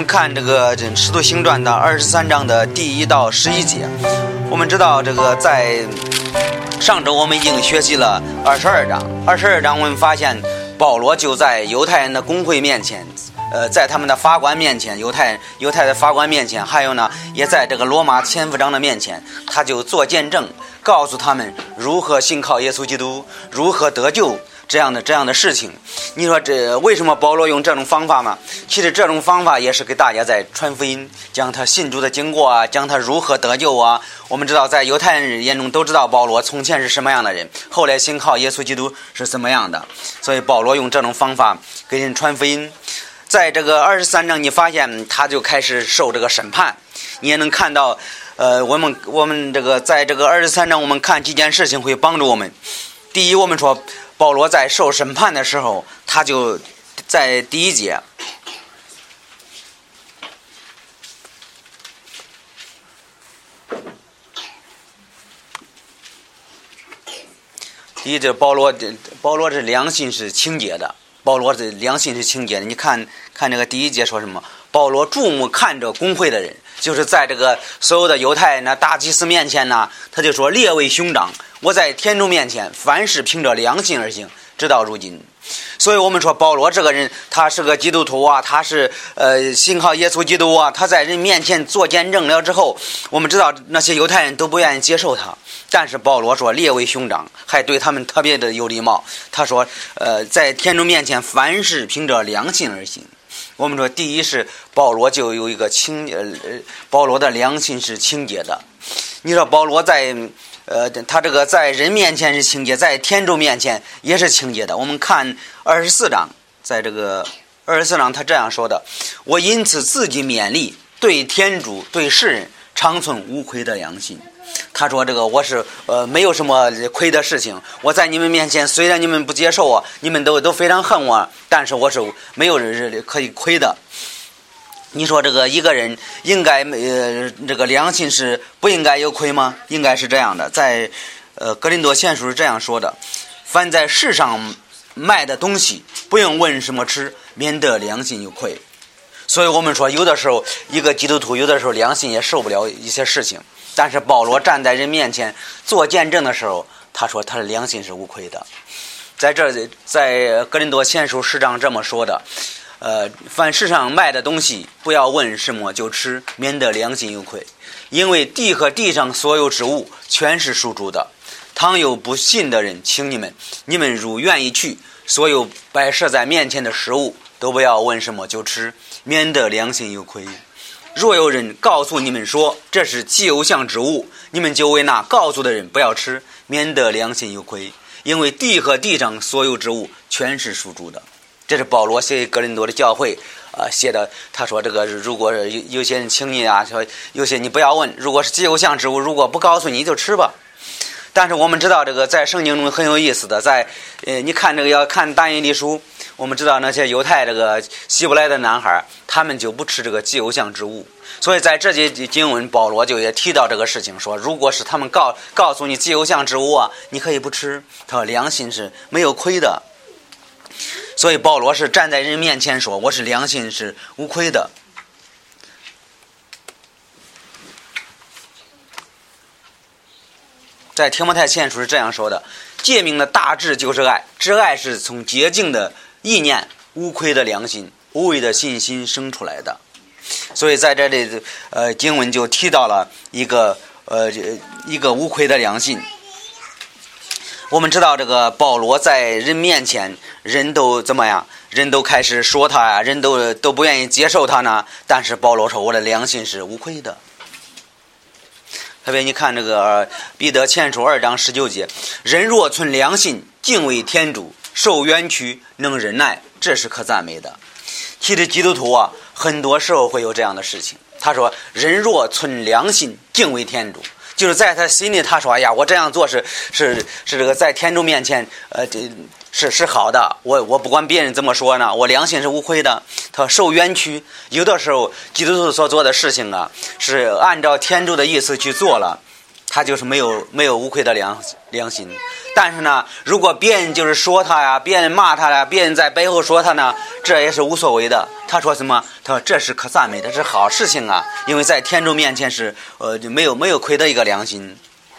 们看这个《使徒行传》的23章的第1到11节。我们知道这个在上周我们已经学习了22章。22章我们发现保罗就在犹太人的公会面前，在他们的法官面前，犹太的法官面前，还有呢，也在这个罗马千夫长的面前，他就做见证，告诉他们如何信靠耶稣基督，如何得救。这样的事情，你说这为什么保罗用这种方法吗？其实这种方法也是给大家在传福音，讲他信主的经过啊，讲他如何得救啊。我们知道在犹太人眼中都知道保罗从前是什么样的人，后来信靠耶稣基督是怎么样的，所以保罗用这种方法给人传福音。在这个23章你发现他就开始受这个审判，你也能看到我们这个在这个23章我们看几件事情会帮助我们。第一，我们说保罗在受审判的时候，他就在第1节，第一节保罗这良心是清洁的，保罗的良心是清洁的。你看这个第1节说什么？保罗注目看着公会的人，就是在这个所有的犹太人呢大祭司面前呢，他就说列为兄长，我在天主面前凡是凭着良心而行，直到如今。所以我们说保罗这个人他是个基督徒啊，他是信靠耶稣基督啊，他在人面前做见证了之后，我们知道那些犹太人都不愿意接受他，但是保罗说列为兄长，还对他们特别的有礼貌。他说在天主面前凡是凭着良心而行。我们说第一是保罗就有一个保罗的良心是清洁的。你说保罗在他这个在人面前是清洁，在天主面前也是清洁的。我们看24章，在这个24章他这样说的：我因此自己勉励，对天主对世人常存无愧的良心。他说这个我是没有什么亏的事情，我在你们面前虽然你们不接受我，你们都非常恨我，但是我是没有可以亏的。你说这个一个人应该这个良心是不应该有亏吗？应该是这样的。在哥林多前书是这样说的：凡在世上卖的东西，不用问什么吃，免得良心有亏。所以我们说有的时候一个基督徒有的时候良心也受不了一些事情，但是保罗站在人面前做见证的时候，他说他的良心是无愧的。在哥林多前书10章这么说的：凡世上卖的东西，不要问什么就吃，免得良心有亏。因为地和地上所有之物全是属主的。倘有不信的人请你们如愿意去，所有摆设在面前的食物都不要问什么就吃，免得良心有亏。若有人告诉你们说这是祭偶像之物，你们就为那告诉的人不要吃，免得良心有亏。因为地和地上所有之物全是属主的。这是保罗写给哥林多的教会写的。他说这个如果有些人请你啊，说有些你不要问，如果是祭偶像之物，如果不告诉你就吃吧。但是我们知道这个在圣经中很有意思的，在你看这个要看但以理书，我们知道那些犹太这个希伯来的男孩，他们就不吃这个祭偶像之物。所以在这节经文保罗就也提到这个事情，说如果是他们告诉你祭偶像之物啊，你可以不吃，他说良心是没有亏的。所以保罗是站在人面前说我是良心是无亏的。在提摩太前书是这样说的：诫命的大致就是爱，这爱是从洁净的意念、无亏的良心、无畏的信心生出来的。所以在这里经文就提到了一个无亏的良心。我们知道这个保罗在人面前，人都怎么样？人都开始说他啊，人都不愿意接受他呢。但是保罗说我的良心是无愧的。特别你看这个彼得前书2章19节：人若存良心，敬畏天主，受冤屈，能忍耐，这是可赞美的。其实基督徒啊，很多时候会有这样的事情。他说人若存良心，敬畏天主，就是在他心里他说哎呀，我这样做是这个在天主面前是好的，我不管别人怎么说呢，我良心是无愧的。他受冤屈，有的时候基督徒所做的事情啊，是按照天主的意思去做了，他就是没有无愧的良心。 但是呢，如果别人就是说他呀，别人骂他呀，别人在背后说他呢，这也是无所谓的。他说什么？他说这是可赞美的，这是好事情啊，因为在天主面前是就没有亏的一个良心。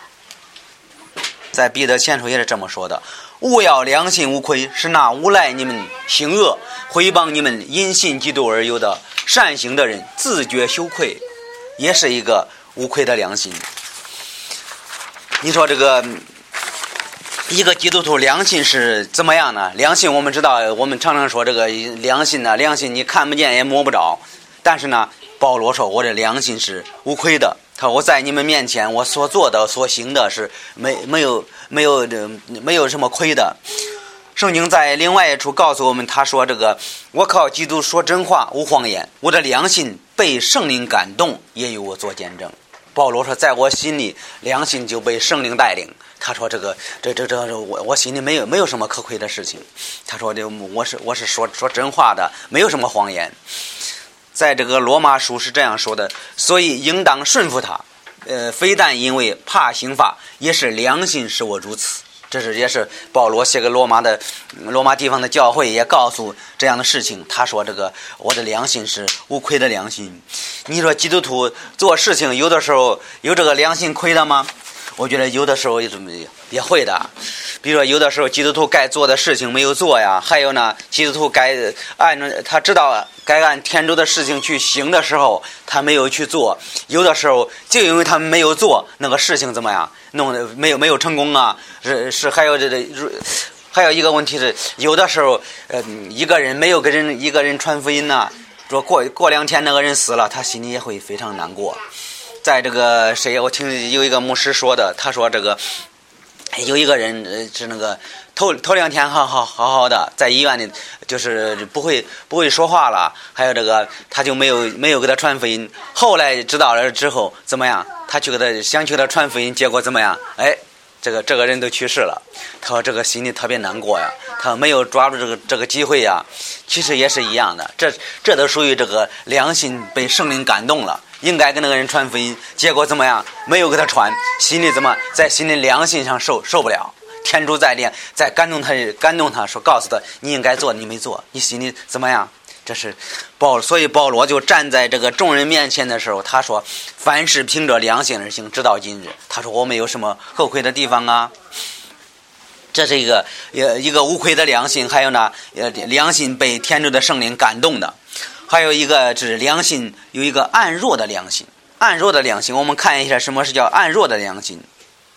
在彼得前书也是这么说的：务要良心无愧，是那诬赖你们行恶、毁谤你们因信基督而有的善行的人自觉羞愧，也是一个无愧的良心。你说这个一个基督徒良心是怎么样呢？良心我们知道，我们常常说这个良心呢，良心你看不见也摸不着，但是呢，保罗说我的良心是无愧的。他说我在你们面前，我所做的所行的是没有什么亏的。圣经在另外一处告诉我们，他说这个我靠基督说真话无谎言，我的良心被圣灵感动，也有我做见证。保罗说在我心里良心就被圣灵带领。他说这我心里没有什么可亏的事情。他说我是说真话的，没有什么谎言。在这个罗马书是这样说的，所以应当顺服他，非但因为怕刑罚，也是良心使我如此。也是保罗写给罗马地方的教会也告诉这样的事情。他说这个我的良心是无愧的良心。你说基督徒做事情有的时候有这个良心亏的吗？我觉得有的时候也会的。比如说有的时候基督徒该做的事情没有做呀，还有呢基督徒他知道该按天主的事情去行的时候他没有去做，有的时候就因为他没有做，那个事情怎么样弄得没有成功啊。还有一个问题是，有的时候一个人没有跟一个人传福音呢，说过2天那个人死了，他心里也会非常难过。在这个我听有一个牧师说的，他说这个有一个人是那个头2天好的，在医院里就是不会说话了，还有这个他就没有给他传福音。后来知道了之后怎么样？他想去给他传福音，结果怎么样？这个人都去世了。他说这个心里特别难过呀，他没有抓住这个机会呀。其实也是一样的，这都属于这个良心被圣灵感动了，应该跟那个人传福音，结果怎么样？没有给他传，在心里良心上受不了。天主在感动他说，告诉他你应该做，你没做，你心里怎么样？这是所以保罗就站在这个众人面前的时候，他说凡是凭着良心而行，直到今日。他说我们有什么后悔的地方啊？这是一个无愧的良心。还有呢，良心被天主的圣灵感动的。还有一个是良心有一个暗弱的良心。暗弱的良心，我们看一下什么是叫暗弱的良心。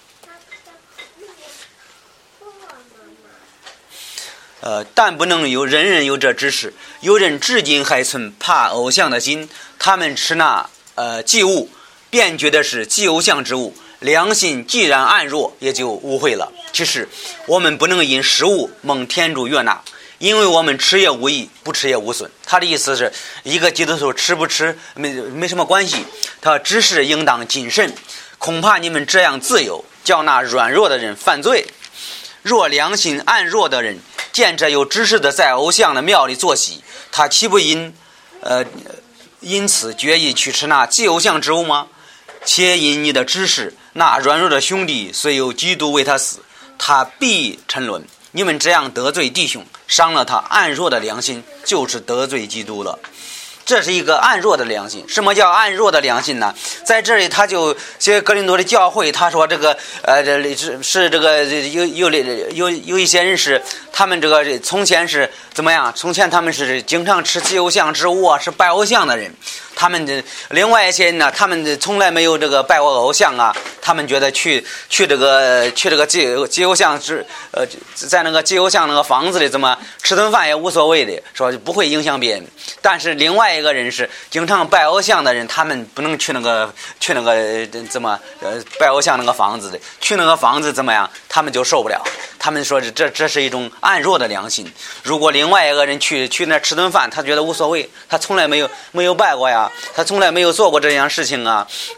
但不能人人有这知识，有人至今还存怕偶像的心，他们吃那祭物，便觉得是祭偶像之物，良心既然暗弱，也就污秽了。其实我们不能因食物蒙天主悦纳，因为我们吃也无益，不吃也无损。他的意思是一个基督徒吃不吃没什么关系，他只是应当谨慎，恐怕你们这样自由，叫那软弱的人犯罪。若良心暗弱的人见这有知识的在偶像的庙里坐席，他岂不因此决意去吃那祭偶像之物吗？且因你的知识，那软弱的兄弟虽有基督为他死，他必沉沦。你们这样得罪弟兄，伤了他暗弱的良心，就是得罪基督了。这是一个暗弱的良心。什么叫暗弱的良心呢？在这里他就写哥林多的教会，他说这个是这个有一些人是他们这个从前是怎么样？从前他们是经常吃祭偶像之物啊，是拜偶像的人。他们另外一些人呢，他们从来没有这个拜过偶像啊，他们觉得去这个祭偶像在那个祭偶像那个房子里怎么吃顿饭也无所谓的，说不会影响别人。但是另外一个人是经常拜偶像的人，他们不能去那个怎么拜偶像那个房子的，去那个房子怎么样？他们就受不了。他们说这是一种暗弱的良心。如果另外一个人去那吃顿饭，他觉得无所谓，他从来没有拜过呀，他从来没有做过这样事情啊。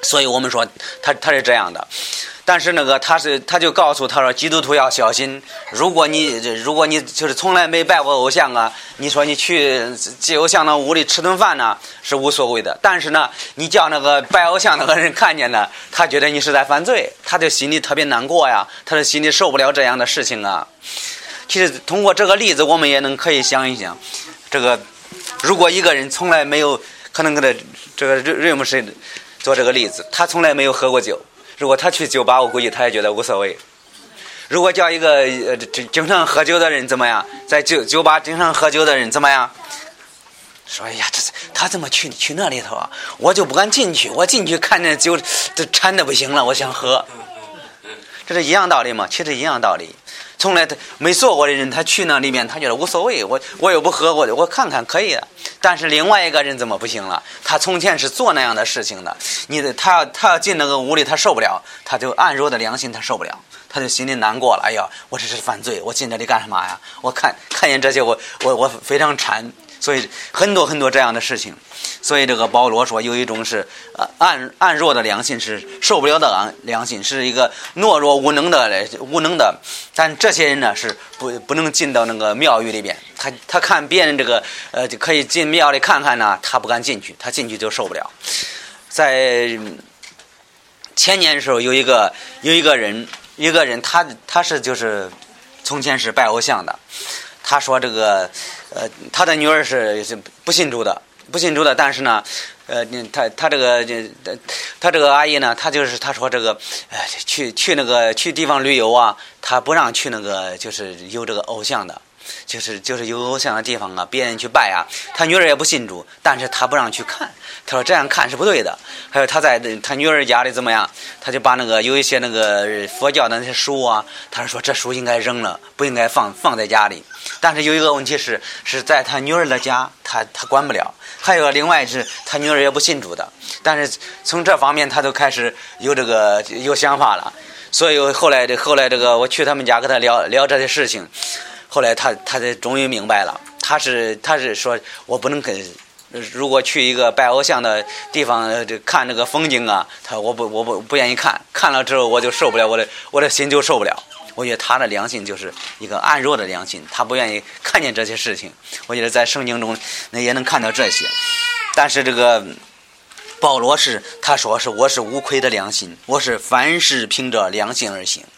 所以我们说他是这样的。但是那个他就告诉他说，基督徒要小心，如果你就是从来没拜过偶像啊，你说你去祭偶像的屋里吃顿饭呢是无所谓的，但是呢你叫那个拜偶像那个人看见呢，他觉得你是在犯罪，他就心里特别难过呀，他的心里受不了这样的事情啊。其实通过这个例子我们也可以想一想，这个如果一个人从来没有，可能跟他这个瑞姆是做这个例子，他从来没有喝过酒，如果他去酒吧，我估计他也觉得无所谓。如果叫一个经常喝酒的人怎么样，在酒吧经常喝酒的人怎么样，说哎呀，他怎么去那里头啊？我就不敢进去，我进去看见酒都馋得不行了，我想喝。这是一样道理吗？其实一样道理。从来他没做过的人，他去那里面，他觉得无所谓，我又不喝，我看看可以的。但是另外一个人怎么不行了？他从前是做那样的事情的，他要进那个屋里，他受不了，他就暗弱的良心他受不了，他就心里难过了。哎呀，我这是犯罪，我进这里干什么呀？我看见这些，我非常馋。所以很多这样的事情，所以这个保罗说有一种是暗弱的良心，是受不了的良心，是一个懦弱无能的。但这些人呢是不能进到那个庙宇里边，他看别人这个就可以进庙里看看呢，他不敢进去，他进去就受不了。在前年的时候有一个人他是就是从前是拜偶像的，他说这个他的女儿是不信主的，但是呢他这个阿姨呢，他说这个去地方旅游啊，他不让去那个就是有这个偶像的，就是有偶像的地方啊，别人去拜啊，他女儿也不信主，但是他不让去看，他说这样看是不对的。还有他在他女儿家里怎么样，他就把那个有一些那个佛教的那些书啊，他说这书应该扔了，不应该放在家里。但是有一个问题是在他女儿的家，他管不了。还有另外是他女儿也不信主的，但是从这方面他都开始有想法了。所以后来这个我去他们家跟他聊这些事情，后来他终于明白了，他是说我不能如果去一个拜偶像的地方看这个风景啊，我不愿意看了之后我就受不了，我的心就受不了。我觉得他的良心就是一个暗弱的良心，他不愿意看见这些事情。我觉得在圣经中也能看到这些。但是这个保罗他说我是无愧的良心，我是凡事凭着良心而行。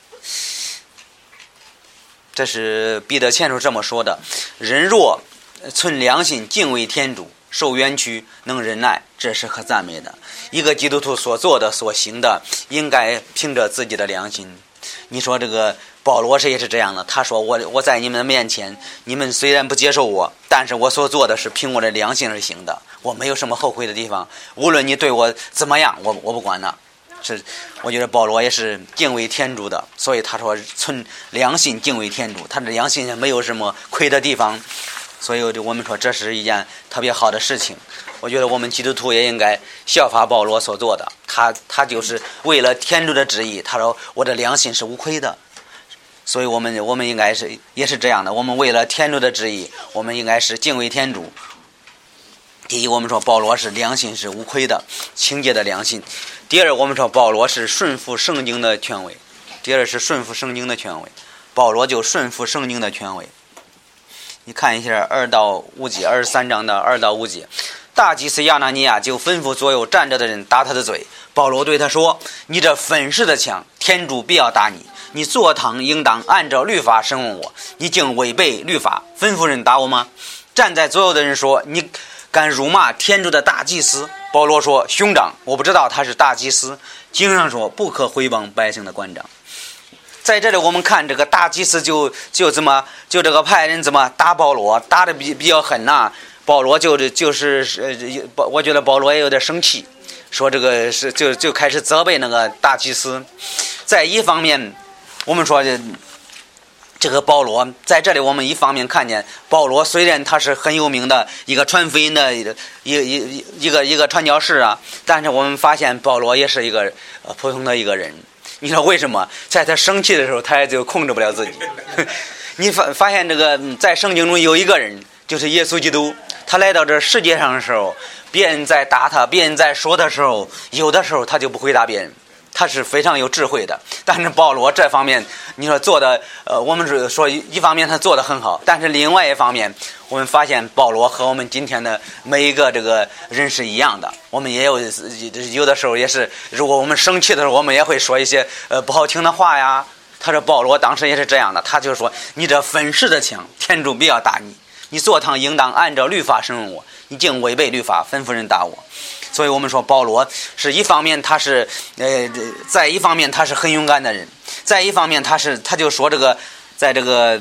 这是彼得前书这么说的：人若存良心，敬畏天主，受冤屈，能忍耐，这是可赞美的。一个基督徒所做的所行的，应该凭着自己的良心。你说这个保罗也是这样的，他说我在你们面前，你们虽然不接受我，但是我所做的是凭我的良心而行的，我没有什么后悔的地方，无论你对我怎么样，我不管了。我觉得保罗也是敬畏天主的，所以他说存良心敬畏天主，他的良心没有什么亏的地方，所以我们说这是一件特别好的事情。我觉得我们基督徒也应该效法保罗所做的，他就是为了天主的旨意，他说我的良心是无亏的。所以我们应该也是这样的，我们为了天主的旨意，我们应该是敬畏天主。第一，我们说保罗是良心是无亏的，清洁的良心。第二，我们说保罗是顺服圣经的权威。保罗就顺服圣经的权威。你看一下2到5节，23章的2到5节。大祭司亚拿尼亚就吩咐左右站着的人打他的嘴。保罗对他说：你这粉饰的墙，天主必要打你。你坐堂应当按照律法审问我，你竟违背律法，吩咐人打我吗？站在左右的人说：你敢辱骂天主的大祭司？保罗说：兄长，我不知道他是大祭司。经上说不可毁谤百姓的官长。在这里我们看这个大祭司就这个派人怎么打保罗，打得比较狠呐。保罗我觉得保罗也有点生气，说这个就开始责备那个大祭司。在一方面我们说这个保罗在这里，我们一方面看见保罗虽然他是很有名的一个传福音的一个传教士啊，但是我们发现保罗也是一个普通的一个人。你知道为什么？在他生气的时候，他也就控制不了自己。你发现这个在圣经中有一个人，就是耶稣基督，他来到这世界上的时候， 别人在打他，别人在说的时候，有的时候他就不回答别人，他是非常有智慧的。但是保罗这方面，你说做的，我们是说一方面他做得很好，但是另外一方面，我们发现保罗和我们今天的每一个这个人是一样的。我们也有的时候也是，如果我们生气的时候，我们也会说一些不好听的话呀。他说保罗当时也是这样的，他就说你这粉饰的墙，天主必要打你。你坐堂应当按照律法审问我，你竟违背律法，吩咐人打我。所以我们说保罗是一方面他是在一方面他是很勇敢的人，在一方面他就说这个在这个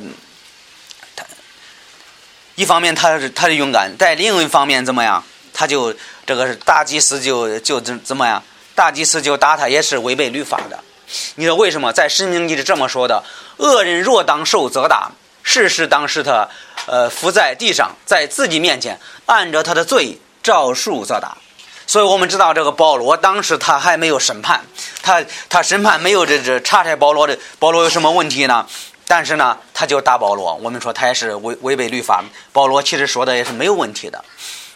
一方面他是勇敢，在另一方面怎么样，他就这个大祭司就怎么样，大祭司就打他也是违背律法的。你说为什么？在申命记是这么说的：恶人若当受责打，事事当使他伏在地上，在自己面前按着他的罪照数责打。所以我们知道这个保罗当时他还没有审判，他审判没有这查查保罗有什么问题呢？但是呢他就打保罗，我们说他也是违背律法。保罗其实说的也是没有问题的。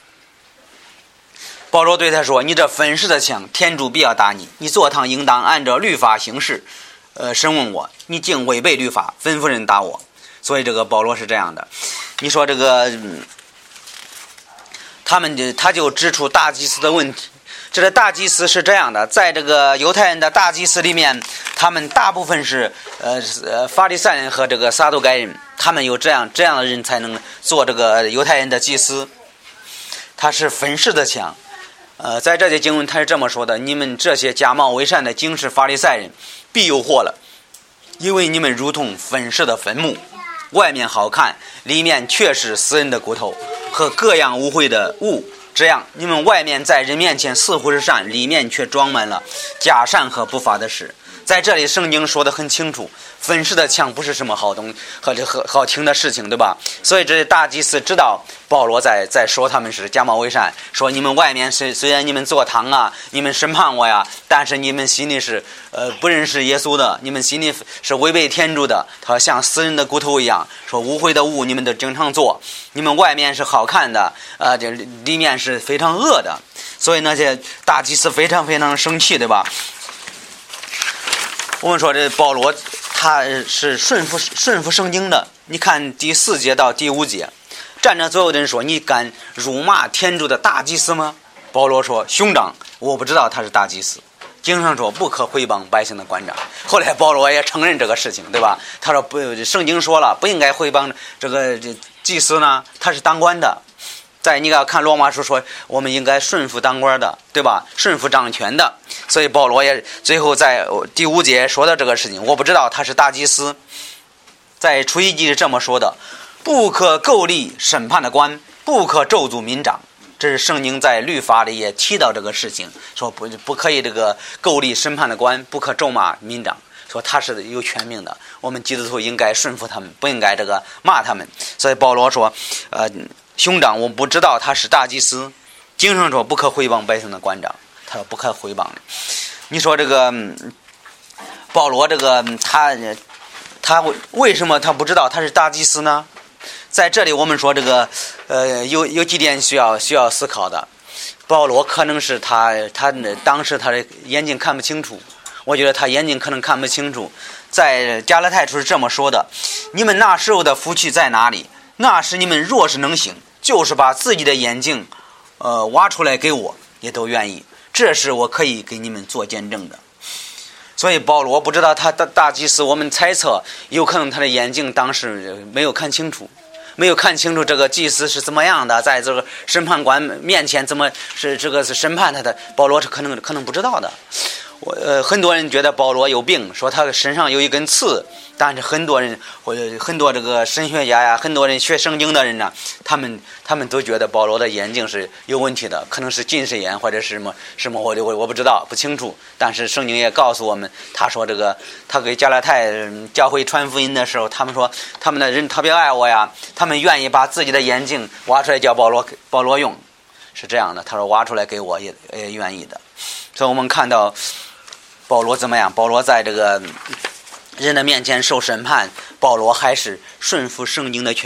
保罗对他说：你这粉饰的墙，天主必要打你。你坐堂应当按照律法行事，审问我。你竟违背律法，吩咐人打我。所以这个保罗是这样的。你说这个他就指出大祭司的问题。这个大祭司是这样的，在这个犹太人的大祭司里面，他们大部分是法利赛人和这个撒都该人，他们有这样的人才能做这个犹太人的祭司。他是粉饰的墙。在这些经文他是这么说的：你们这些假冒为善的经世法利赛人必有祸了，因为你们如同粉饰的坟墓，外面好看，里面却是死人的骨头和各样污秽的物。这样你们外面在人面前似乎是善，里面却装满了假善和不法的事。在这里圣经说得很清楚，粉饰的墙不是什么好东和好听的事情，对吧？所以这大祭司知道保罗在说他们是假冒为善，说你们外面虽然你们坐堂啊，你们审判我呀，但是你们心里是不认识耶稣的，你们心里是违背天主的。他说像死人的骨头一样，说污秽的物你们都经常做，你们外面是好看的，这里面是非常恶的。所以那些大祭司非常非常生气，对吧？我们说这保罗他是顺服圣经的。你看第4节到第5节，站着左右的人说：你敢辱骂天主的大祭司吗？保罗说：兄长，我不知道他是大祭司。经上说不可毁谤百姓的官长。后来保罗也承认这个事情，对吧？他说不，圣经说了不应该毁谤这祭司呢，他是当官的。在你要看罗马书说我们应该顺服当官的，对吧？顺服掌权的。所以保罗也最后在第5节说的这个事情，我不知道他是大祭司。在出埃及是这么说的：不可构立审判的官，不可咒诅民长。这是圣经在律法里也提到这个事情，说不可以这个构立审判的官，不可咒骂民长，说他是有权柄的，我们基督徒应该顺服他们，不应该这个骂他们。所以保罗说兄长，我不知道他是大祭司。经上说不可毁谤百姓的官长，他说不可毁谤。你说这个保罗这个他为什么他不知道他是大祭司呢？在这里我们说这个有几点需要思考的。保罗可能是他当时他的眼睛看不清楚，我觉得他眼睛可能看不清楚。在加拉太书是这么说的：你们那时候的福气在哪里？那时你们若是能行，就是把自己的眼睛挖出来给我，也都愿意，这是我可以给你们做见证的。所以保罗不知道他的大祭司，我们猜测有可能他的眼睛当时没有看清楚这个祭司是怎么样的，在这个审判官面前怎么是这个是审判他的，保罗是可能不知道的。很多人觉得保罗有病，说他身上有一根刺，但是很多人或者很多这个神学家呀，很多人学圣经的人呢，他们都觉得保罗的眼睛是有问题的，可能是近视眼或者是什么我不知道，不清楚。但是圣经也告诉我们，他说这个他给加拉太教会传福音的时候，他们说他们的人特别爱我呀，他们愿意把自己的眼睛挖出来叫保罗用，是这样的。他说挖出来给我也愿意的。所以我们看到保罗怎么样？保罗在这个人的面前受审判，保罗还是顺服圣经的权威，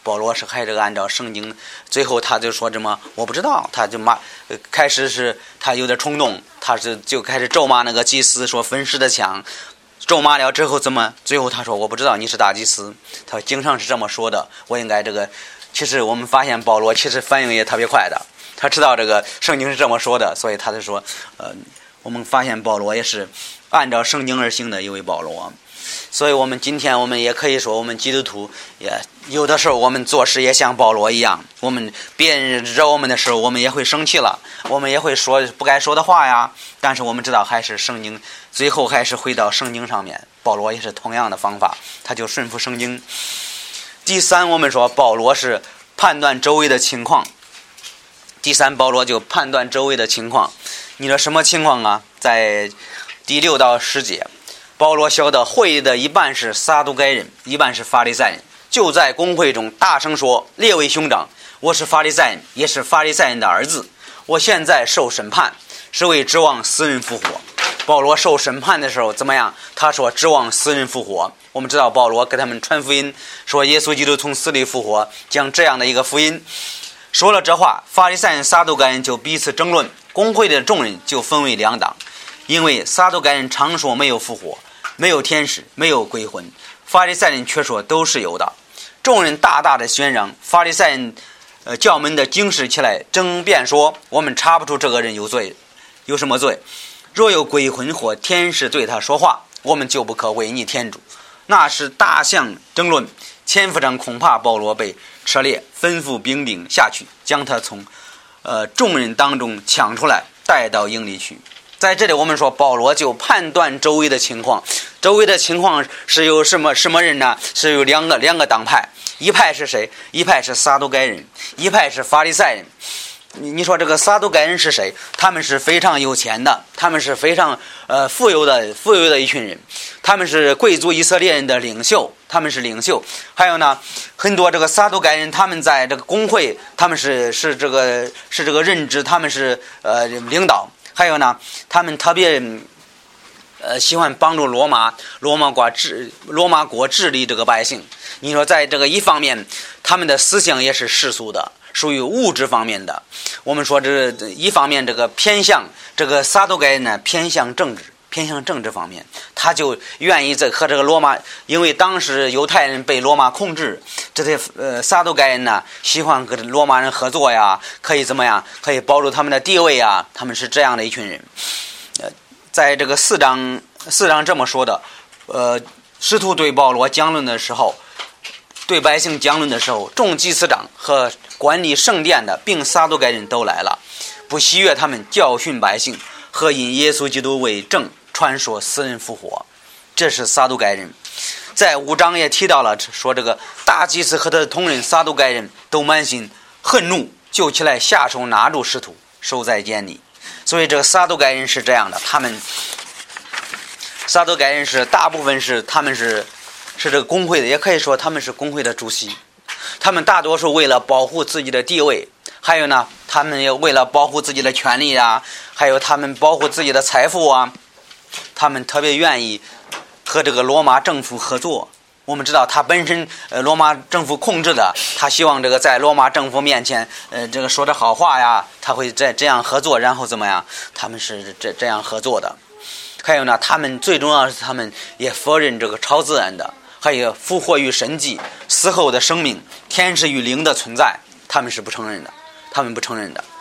保罗是还是按照圣经，最后他就说什么我不知道，他就开始是他有点冲动，他就开始咒骂那个祭司，说焚尸的枪，咒骂了之后最后他说我不知道你是大祭司，他经常是这么说的，我应该这个。其实我们发现保罗其实反应也特别快的，他知道这个圣经是这么说的，所以他就说我们发现保罗也是按照圣经而行的一位保罗。所以我们今天我们也可以说，我们基督徒也有的时候我们做事也像保罗一样，我们别人惹我们的时候我们也会生气了，我们也会说不该说的话呀，但是我们知道还是圣经，最后还是回到圣经上面。保罗也是同样的方法，他就顺服圣经。第三，我们说保罗是判断周围的情况。第三，保罗就判断周围的情况。你说什么情况啊？在第6到10节，保罗晓得会议的一半是撒都该人，一半是法利赛人，就在公会中大声说：列位兄长，我是法利赛人，也是法利赛人的儿子，我现在受审判，是为指望死人复活。保罗受审判的时候怎么样？他说指望死人复活。我们知道保罗给他们传福音，说耶稣基督从死里复活，讲这样的一个福音。说了这话，法利赛人撒都该人就彼此争论，公会的众人就分为两党，因为撒都该人常说没有复活，没有天使，没有鬼魂，法利赛人却说都是有的。众人大大的宣嚷，法利赛人教门的经师起来争辩说，我们查不出这个人有罪，有什么罪？若有鬼魂或天使对他说话，我们就不可违逆天主。那是大相争论，千夫长恐怕保罗被车裂，吩咐兵丁下去，将他从众人当中抢出来，带到营里去。在这里我们说保罗就判断周围的情况，周围的情况是有什么人呢？是有两个党派，一派是谁？一派是撒都该人，一派是法利赛人。你说这个撒都该人是谁？他们是非常有钱的，他们是非常富有的一群人，他们是贵族以色列人的领袖，他们是领袖。还有呢，很多这个撒都该人，他们在这个公会，他们是这个任职，他们是领导。还有呢，他们特别喜欢帮助罗马国治理这个百姓。你说在这个一方面，他们的思想也是世俗的，属于物质方面的。我们说这一方面，这个偏向这个撒都该人呢，偏向政治方面，他就愿意和这个罗马，因为当时犹太人被罗马控制，这些撒都该人呢喜欢跟罗马人合作呀，可以怎么样？可以保住他们的地位呀，他们是这样的一群人。在这个4章这么说的，使徒对保罗讲论的时候，对百姓讲论的时候，众祭司长和管理圣殿的并撒都该人都来了，不喜悦他们教训百姓和因耶稣基督为证传说死人复活，这是撒都该人。在5章也提到了，说这个大祭司和他的同人撒都该人都满心恨怒，就起来下手拿住使徒，收在监里。所以这个撒都该人是这样的，他们撒都该人是大部分是他们是这个公会的，也可以说他们是公会的主席。他们大多数为了保护自己的地位，还有呢，他们也为了保护自己的权利啊，还有他们保护自己的财富啊，他们特别愿意和这个罗马政府合作。我们知道他本身罗马政府控制的，他希望这个在罗马政府面前这个说的好话呀，他会这样合作，然后怎么样？他们是这样合作的。还有呢，他们最重要的是他们也否认这个超自然的，还有复活与神迹、死后的生命、天使与灵的存在，他们是不承认的，他们不承认的。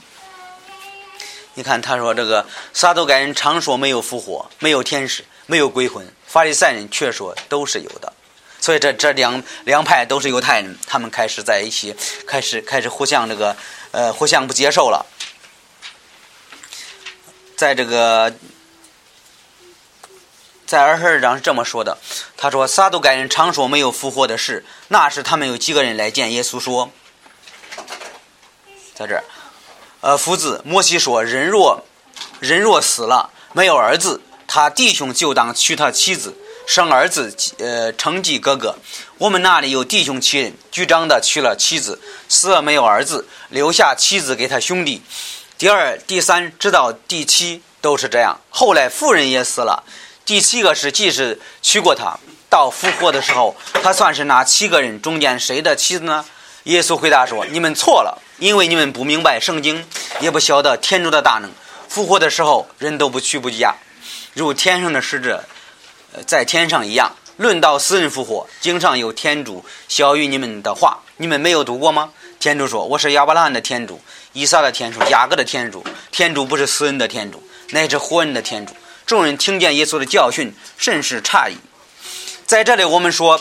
你看他说这个撒都该人常说没有复活，没有天使，没有鬼魂，法利赛人却说都是有的。所以这两派都是犹太人，他们开始在一起，开始互相互相不接受了。在22章是这么说的，他说撒都该人常说没有复活的事，那时他们有几个人来见耶稣说，在这儿夫子摩西说，人若死了没有儿子，他弟兄就当娶他妻子，生儿子承继哥哥。我们那里有弟兄7人，居长的娶了妻子，死了没有儿子，留下妻子给他兄弟。第2、第3直到第7都是这样。后来妇人也死了，第7个是既是娶过他， 到复活的时候，他算是那7个人中间谁的妻子呢？耶稣回答说：你们错了，因为你们不明白圣经，也不晓得天主的大能。复活的时候，人都不去不嫁，如天上的使者在天上一样。论到死人复活，经上有天主晓谕你们的话，你们没有读过吗？天主说：我是亚伯拉罕的天主，以撒的天主，雅各的天主。天主不是死人的天主，乃是活人的天主。众人听见耶稣的教训，甚是诧异。在这里我们说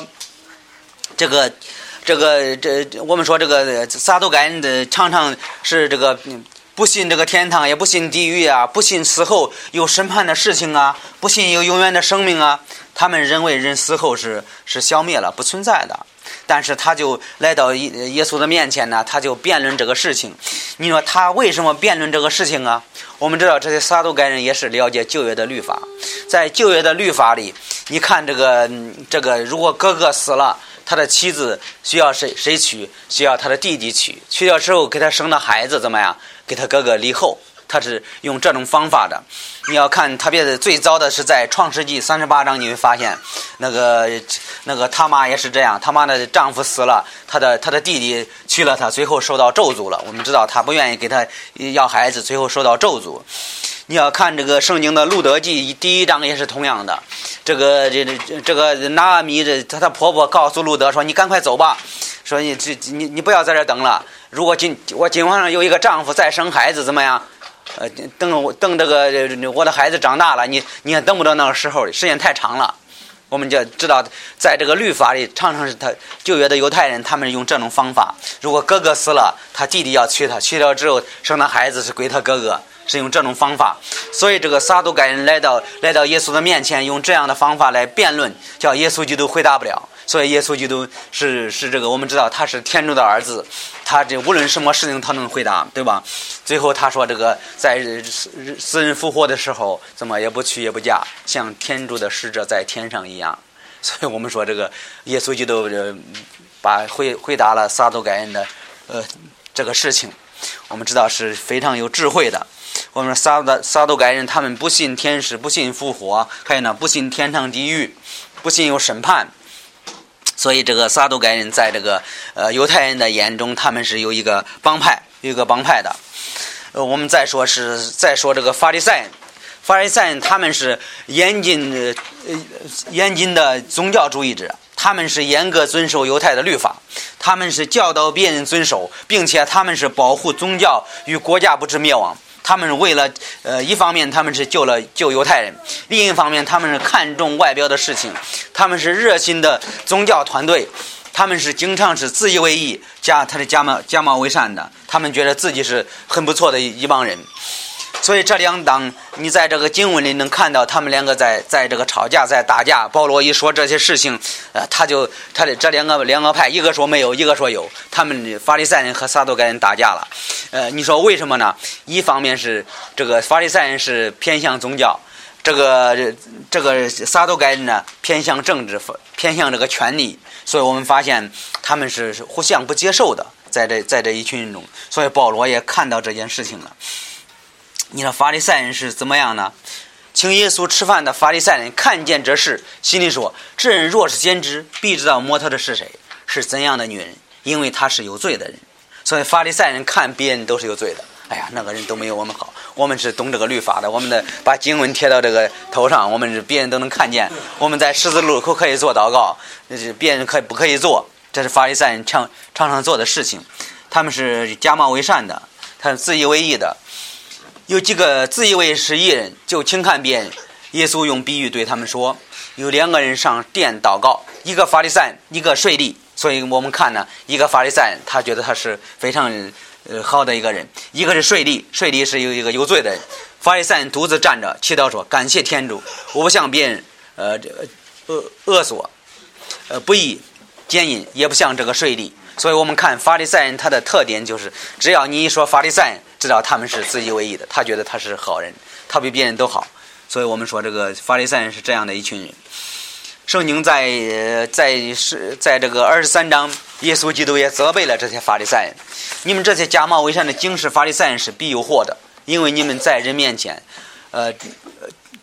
我们说这个撒都该人的常常是这个不信这个天堂，也不信地狱啊，不信死后有审判的事情啊，不信有永远的生命啊。他们认为人死后是消灭了，不存在的。但是他就来到耶稣的面前呢，他就辩论这个事情。你说他为什么辩论这个事情啊？我们知道这些撒都该人也是了解旧约的律法，在旧约的律法里，你看这个如果哥哥死了，他的妻子需要谁娶？需要他的弟弟娶。娶掉之后给他生的孩子怎么样？给他哥哥立后。他是用这种方法的。你要看特别的最早的是在创世纪38章，你会发现那个他妈也是这样，他妈的丈夫死了，他的弟弟娶了他，最后受到咒诅了。我们知道他不愿意给他要孩子，最后受到咒诅。你要看这个圣经的路德记第1章也是同样的。这个拿俄米她的婆婆告诉路德说：你赶快走吧，说你不要在这等了，如果我今晚上有一个丈夫再生孩子怎么样？等这个我的孩子长大了，你也等不到那个时候，时间太长了。我们就知道，在这个律法里，常常是他旧约的犹太人，他们用这种方法。如果哥哥死了，他弟弟要娶他，娶了之后生的孩子是归他哥哥，是用这种方法。所以这个撒都该人来到耶稣的面前，用这样的方法来辩论，叫耶稣基督回答不了。所以耶稣基督是这个，我们知道他是天主的儿子，他这无论什么事情他能回答，对吧？最后他说这个在死人复活的时候，怎么也不娶也不嫁，像天主的使者在天上一样。所以我们说这个耶稣基督把回答了撒都该人的这个事情，我们知道是非常有智慧的。我们说撒都该人他们不信天使，不信复活，还有呢不信天堂地狱，不信有审判。所以这个撒都该人在这个犹太人的眼中，他们是有一个帮派的。我们再说这个法利赛人他们是严谨的宗教主义者，他们是严格遵守犹太的律法，他们是教导别人遵守，并且他们是保护宗教与国家不致灭亡。他们为了一方面他们是救犹太人，另一方面他们是看重外表的事情，他们是热心的宗教团队，他们是经常是自以为意，假冒为善的，他们觉得自己是很不错的一帮人。所以这两党你在这个经文里能看到他们两个在这个吵架，在打架。保罗一说这些事情，他的这两个派，一个说没有，一个说有，他们法利赛人和撒都该人打架了。你说为什么呢？一方面是这个法利赛人是偏向宗教，这个撒都该人呢偏向政治，偏向这个权力，所以我们发现他们是互相不接受的，在这一群人中。所以保罗也看到这件事情了。你说法利赛人是怎么样呢？请耶稣吃饭的法利赛人看见这事，心里说：这人若是先知，必知道摸他的是谁，是怎样的女人，因为他是有罪的人。所以法利赛人看别人都是有罪的。哎呀，那个人都没有我们好，我们是懂这个律法的，我们把经文贴到这个头上，我们别人都能看见。我们在十字路口可以做祷告，别人不可以做，这是法利赛人常常做的事情。他们是假冒为善的，他是自以为义的。有几个自以为是义人，就轻看别人。耶稣用比喻对他们说，有2个人上殿祷告，一个法利赛人，一个税吏。所以我们看呢，一个法利赛人他觉得他是非常好的一个人，一个是税吏，税吏是一个有罪的人。法利赛人独自站着祈祷说：感谢天主，我不向别人勒索不义奸淫，也不像这个税吏。所以我们看法利赛人他的特点就是，只要你一说法利赛人，知道他们是自以为义的，他觉得他是好人，他比别人都好。所以我们说这个法利赛人是这样的一群人。圣经在这个23章，耶稣基督也责备了这些法利赛人：你们这些假冒为善的经世法利赛人是必有祸的，因为你们在人面前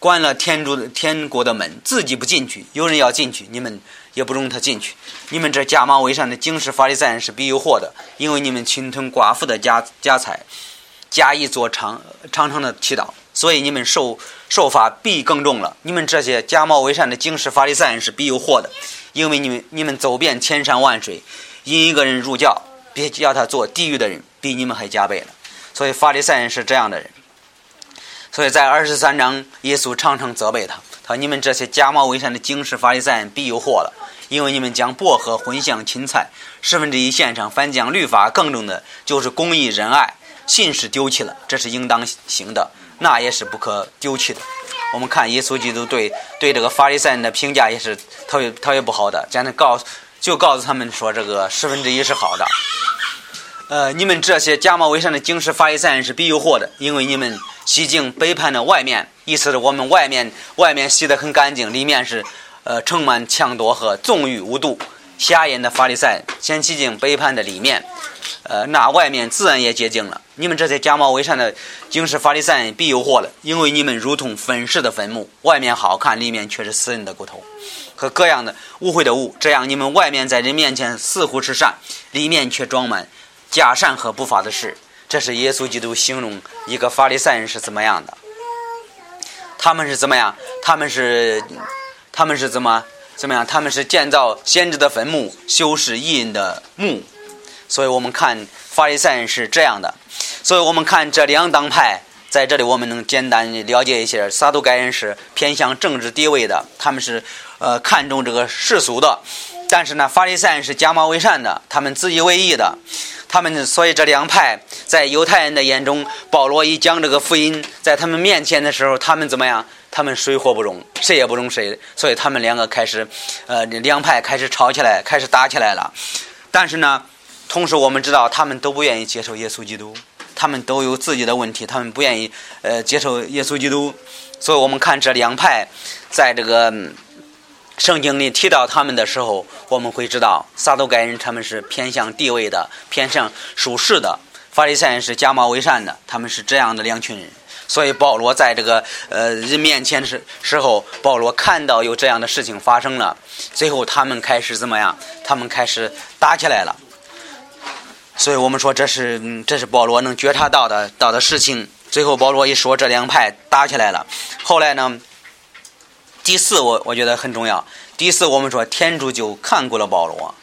关了天国的门，自己不进去，有人要进去，你们也不容他进去。你们这假冒伪善的经师法利赛人是必有祸的，因为你们侵吞寡妇的家财，假意做常常的祈祷，所以你们受罚必更重了。你们这些假冒伪善的经师法利赛人是必有祸的，因为你们走遍千山万水，引一个人入教，别叫他做地狱的人，比你们还加倍了。所以法利赛人是这样的人。所以在23章，耶稣常常责备他说：“你们这些假冒伪善的经师法利赛人必有祸了，因为你们将薄荷、茴香、芹菜1/10献上，凡将律法更重的，就是公义、仁爱、信是丢弃了，这是应当行的，那也是不可丢弃的。”我们看耶稣基督对这个法利赛人的评价也是特别不好的，将他告诉他们说，这个1/10是好的。你们这些假冒伪善的经师法利赛人是必有祸的，因为你们洗净背叛的外面，意思是我们外面洗得很干净，里面是充满强夺和纵欲无度。瞎眼的法利赛先洗净背叛的里面，那外面自然也洁净了。你们这些假冒伪善的经师法利赛人必有祸了，因为你们如同粉饰的坟墓，外面好看，里面却是死人的骨头和各样的污秽的物。这样你们外面在人面前似乎是善，里面却装满假善和不法的事。这是耶稣基督形容一个法利赛人是怎么样的。他们是怎么样？他们是怎么样？他们是建造先知的坟墓，修饰义人的墓。所以我们看法利赛人是这样的。所以我们看这两党派，在这里我们能简单了解一些。撒都该人是偏向政治地位的，他们是看重这个世俗的。但是呢，法利赛人是假冒伪善的，他们自以为义的。所以这两派在犹太人的眼中，保罗一讲这个福音在他们面前的时候，他们怎么样？他们水火不容，谁也不容谁，所以他们两派开始吵起来，开始打起来了。但是呢，同时我们知道他们都不愿意接受耶稣基督，他们都有自己的问题，他们不愿意接受耶稣基督。所以我们看这两派在这个圣经里提到他们的时候，我们会知道撒都该人他们是偏向地位的，偏向属世的，法利赛人是假冒伪善的，他们是这样的两群人。所以保罗在这个人面前的时候，保罗看到有这样的事情发生了，最后他们开始怎么样？他们开始打起来了。所以我们说这是保罗能觉察到的事情。最后保罗一说，这两派打起来了。后来呢，第四我觉得很重要。第四，我们说天主就看过了保罗，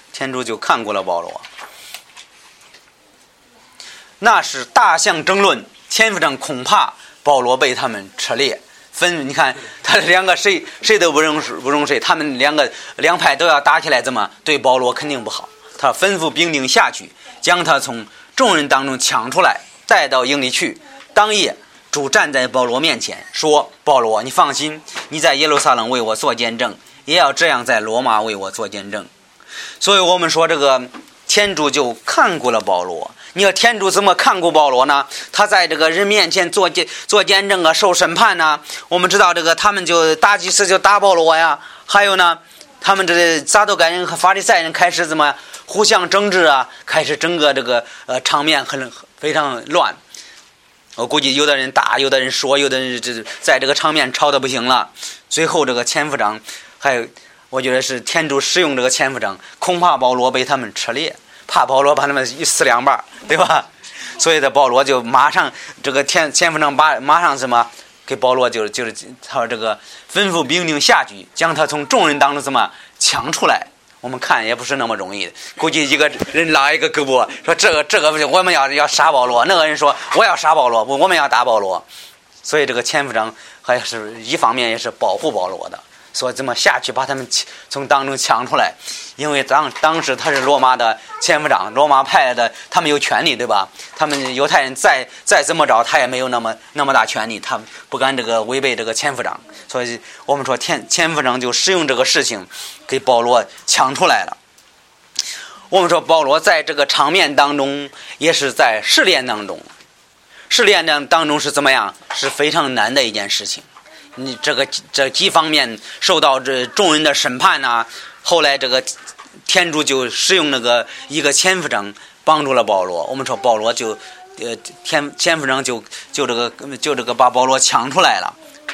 那是大相争论，天父长恐怕保罗被他们扯裂分。你看他两个谁都不容谁，他们两派都要打起来，怎么对保罗肯定不好。他吩咐兵丁下去，将他从众人当中抢出来，带到营里去。当夜主站在保罗面前说，保罗，你放心，你在耶路撒冷为我做见证，也要这样在罗马为我做见证。所以我们说这个天主就看过了保罗。你说天主怎么看过保罗呢？他在这个人面前做见证啊，受审判啊。我们知道这个他们就大祭司就打保罗呀，还有呢，他们这撒都该人和法利赛人开始怎么互相争执啊，开始整个这个场面非常乱。我估计有的人打，有的人说，有的人在这个场面吵得不行了。最后这个千夫长，还有我觉得是天主使用这个千夫长，恐怕保罗被他们扯裂，怕保罗把他们一撕两半，对吧？所以的保罗就马上这个千夫长马上什么给保罗就是他这个吩咐兵丁下去，将他从众人当中怎么抢出来。我们看也不是那么容易的，估计一个人拉一个胳膊说这个我们要杀保罗，那个人说我要杀保罗，我们要打保罗。所以这个千夫长还是一方面也是保护保罗的，说怎么下去把他们从当中抢出来。因为当时他是罗马的千夫长，罗马派的，他们有权利，对吧？他们犹太人再怎么着，他也没有那么大权利，他不敢这个违背这个千夫长。所以我们说千夫长就使用这个事情给保罗抢出来了。我们说保罗在这个场面当中也是在试炼当中是怎么样？是非常难的一件事情。你这几方面受到这众人的审判啊，后来这个天主就使用一个千夫长帮助了保罗。我们说保罗就千夫长就这个把保罗抢出来了，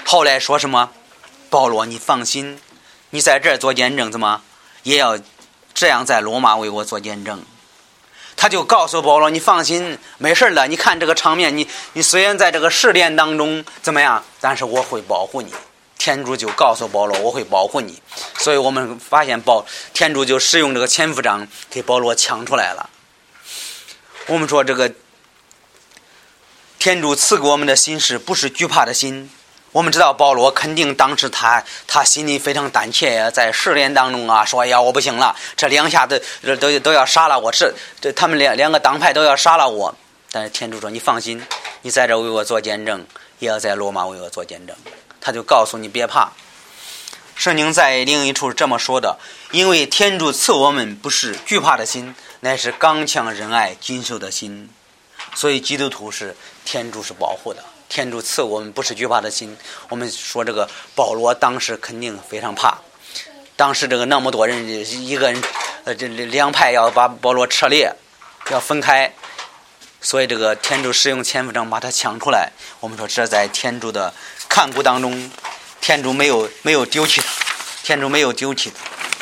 后来说什么？保罗，你放心，你在这儿做见证，怎么也要这样在罗马为我做见证。他就告诉保罗，你放心，没事了。你看这个场面，你虽然在这个试炼当中怎么样，但是我会保护你。天主就告诉保罗，我会保护你。所以我们发现天主就使用这个千夫长给保罗抢出来了。我们说这个天主赐给我们的心事不是惧怕的心。我们知道保罗肯定当时他心里非常胆怯呀，在试炼当中啊，说呀我不行了，这两下都要杀了我，这他们两个党派都要杀了我。但是天主说，你放心，你在这为我做见证，也要在罗马为我做见证。他就告诉你别怕。圣经在另一处这么说的，因为天主赐我们不是惧怕的心，乃是刚强仁爱谨守的心。所以基督徒是天主是保护的，天主赐我们不是惧怕的心。我们说这个保罗当时肯定非常怕，当时这个那么多人，一个人这两派要把保罗撤裂，要分开，所以这个天主使用千夫长把他抢出来。我们说这在天主的看顾当中，天主没有丢弃他，天主没有丢弃他，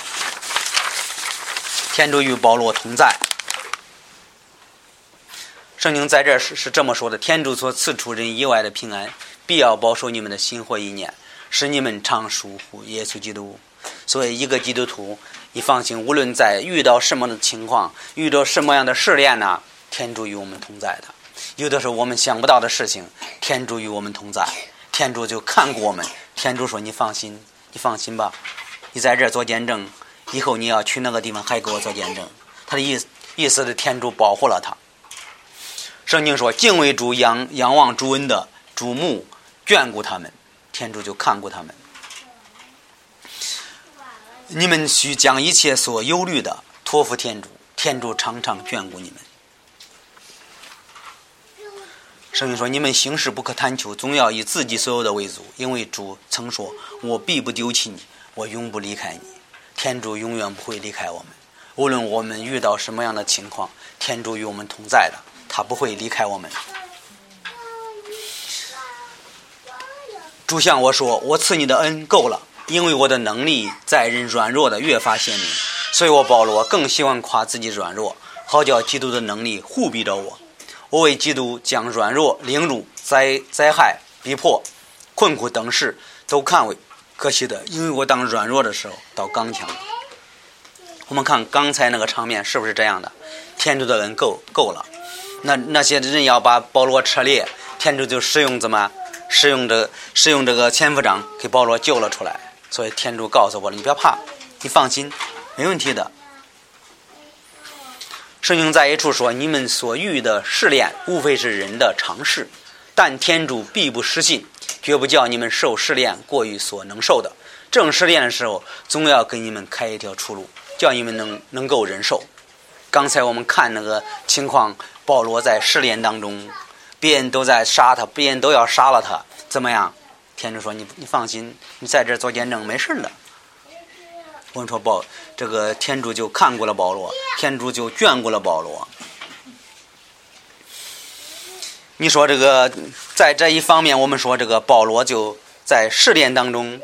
天主与保罗同在。圣经在这是这么说的，天主所赐出人意外的平安，必要保守你们的心或意念，使你们常属乎耶稣基督。所以一个基督徒，你放心，无论在遇到什么的情况，遇到什么样的试炼呢，天主与我们同在的。有的时候我们想不到的事情，天主与我们同在，天主就看顾我们。天主说，你放心吧，你在这儿做见证，以后你要去那个地方还给我做见证。他的意思是天主保护了他。圣经说，敬畏主仰望主恩的主目眷顾他们，天主就看顾他们。你们需将一切所忧虑的托付天主，天主常常眷顾你们。圣经说，你们行事不可贪求，总要以自己所有的为主，因为主曾说，我必不丢弃你，我永不离开你。天主永远不会离开我们，无论我们遇到什么样的情况，天主与我们同在的，他不会离开我们。主向我说，我赐你的恩够了，因为我的能力在人软弱的越发显明。所以我保罗更喜欢夸自己软弱，好叫基督的能力护庇着我。我为基督将软弱、凌辱、灾害、逼迫、困苦等事都看为可惜的，因为我当软弱的时候到刚强。我们看刚才那个场面是不是这样的？天主的恩够了，那些人要把保罗撤裂，天主就使用这个千夫长给保罗救了出来。所以天主告诉我了，你不要怕，你放心，没问题的。圣经在一处说，你们所遇的试炼无非是人的常事，但天主必不失信，绝不叫你们受试炼过于所能受的。正试炼的时候，总要给你们开一条出路，叫你们能够忍受。刚才我们看那个情况，保罗在试炼当中，别人都在杀他，别人都要杀了他，怎么样？天主说，你放心，你在这做见证没事的。我们说这个天主就看过了保罗，天主就眷顾了保罗。你说这个在这一方面，我们说这个保罗就在试炼当中，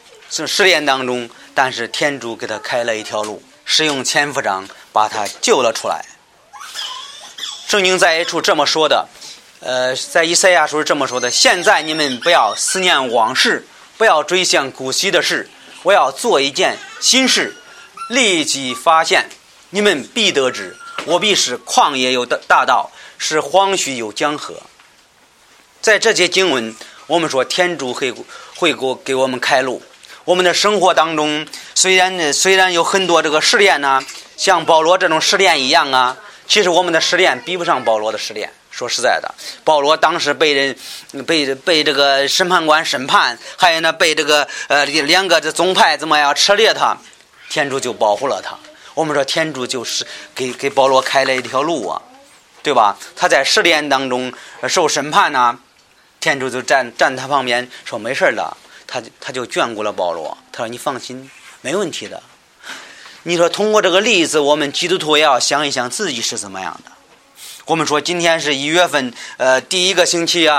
但是天主给他开了一条路，使用千夫长把他救了出来。圣经在一处这么说的，在以赛亚书是这么说的：现在你们不要思念往事，不要追想古稀的事，我要做一件新事，立即发现，你们必得知，我必使旷野有大道，使荒墟有江河。在这些经文，我们说天主会给我们开路。我们的生活当中，虽然有很多这个试炼呢，像保罗这种试炼一样啊，其实我们的试炼比不上保罗的试炼。说实在的，保罗当时被这个审判官审判，还有呢被这个两个宗派怎么样撤裂他，天主就保护了他。我们说天主就是给保罗开了一条路啊，对吧？他在试炼当中受审判呢，天主就站他旁边说没事的，他就眷顾了保罗。他说你放心，没问题的。你说通过这个例子，我们基督徒也要想一想自己是怎么样的。我们说今天是1月份第一个星期啊，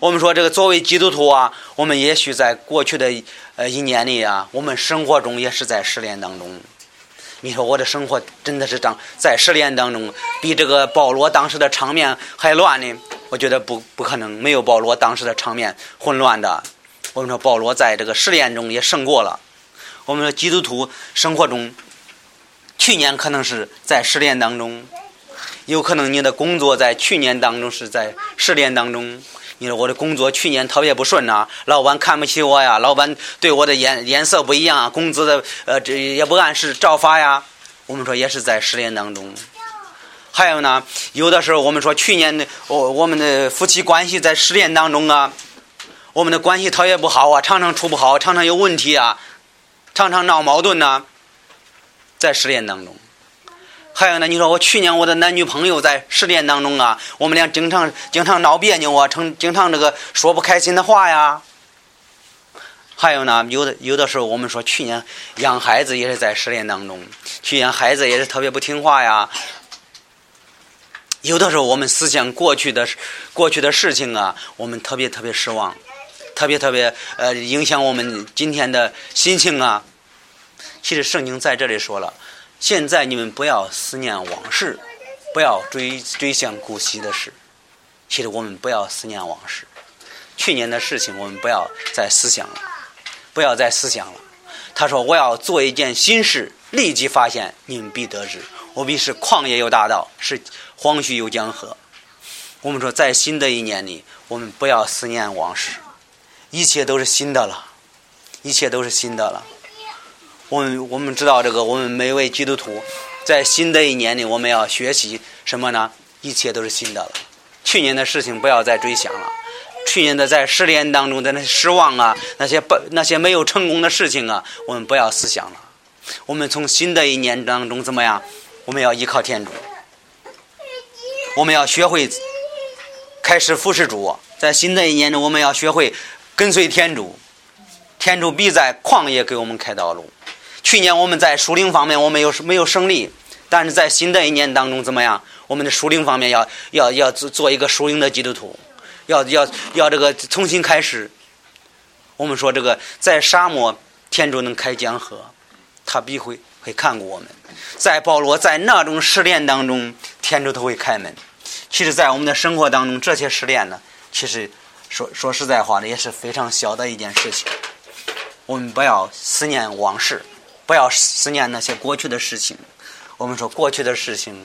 我们说这个作为基督徒啊，我们也许在过去的一年里啊，我们生活中也是在试炼当中。你说我的生活真的是在试炼当中，比这个保罗当时的场面还乱呢？我觉得不可能，没有保罗当时的场面混乱的。我们说保罗在这个试炼中也胜过了。我们说基督徒生活中，去年可能是在试炼当中，有可能你的工作在去年当中是在试炼当中。你说我的工作去年特别不顺啊，老板看不起我呀，老板对我的颜色不一样啊，工资的这也不按时照发呀。我们说也是在试炼当中。还有呢，有的时候我们说去年我们的夫妻关系在试炼当中啊，我们的关系特别不好啊，常常处不好，常常有问题啊，常常闹矛盾啊，在试炼当中。还有呢，你说我去年我的男女朋友在试炼当中啊，我们俩经常闹别扭啊，经常这个说不开心的话呀。还有呢，有的时候我们说去年养孩子也是在试炼当中，去年孩子也是特别不听话呀。有的时候我们思想过去的事情啊，我们特别失望，特别影响我们今天的心情啊。其实圣经在这里说了，现在你们不要思念往事，不要追想古稀的事。其实我们不要思念往事，去年的事情我们不要再思想了，不要再思想了。他说我要做一件新事，立即发现，你们必得知。我必是旷野有大道，是荒墟有江河。我们说在新的一年里，我们不要思念往事，一切都是新的了，一切都是新的了。我们知道这个，我们每位基督徒在新的一年里，我们要学习什么呢？一切都是新的了。去年的事情不要再追想了，去年的在试炼当中的那些失望啊，那些没有成功的事情啊，我们不要思想了。我们从新的一年当中怎么样？我们要依靠天主，我们要学会开始服侍主。在新的一年中，我们要学会跟随天主，天主必在旷野给我们开道路。去年我们在属灵方面我们没有胜利，但是在新的一年当中怎么样？我们的属灵方面要做一个属灵的基督徒，要这个重新开始。我们说这个在沙漠天主能开江河，他必会看顾我们。在保罗在那种试炼当中，天主都会开门。其实在我们的生活当中，这些试炼呢，其实说实在话的，也是非常小的一件事情。我们不要思念往事，不要思念那些过去的事情。我们说过去的事情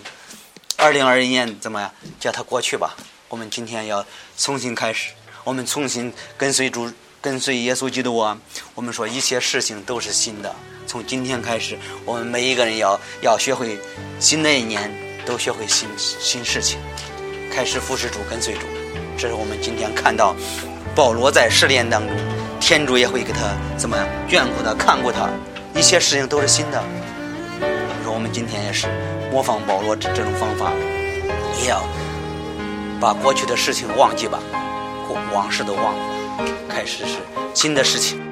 ，2021年怎么样？叫它过去吧。我们今天要重新开始，我们重新跟随主，跟随耶稣基督啊。我们说一切事情都是新的，从今天开始，我们每一个人要学会，新的一年都学会新事情，开始服侍主，跟随主。这是我们今天看到保罗在试炼当中，天主也会给他怎么样眷顾他，看顾他，一切事情都是新的。说我们今天也是模仿保罗这种方法，也要把过去的事情忘记吧，往事都忘了，开始是新的事情。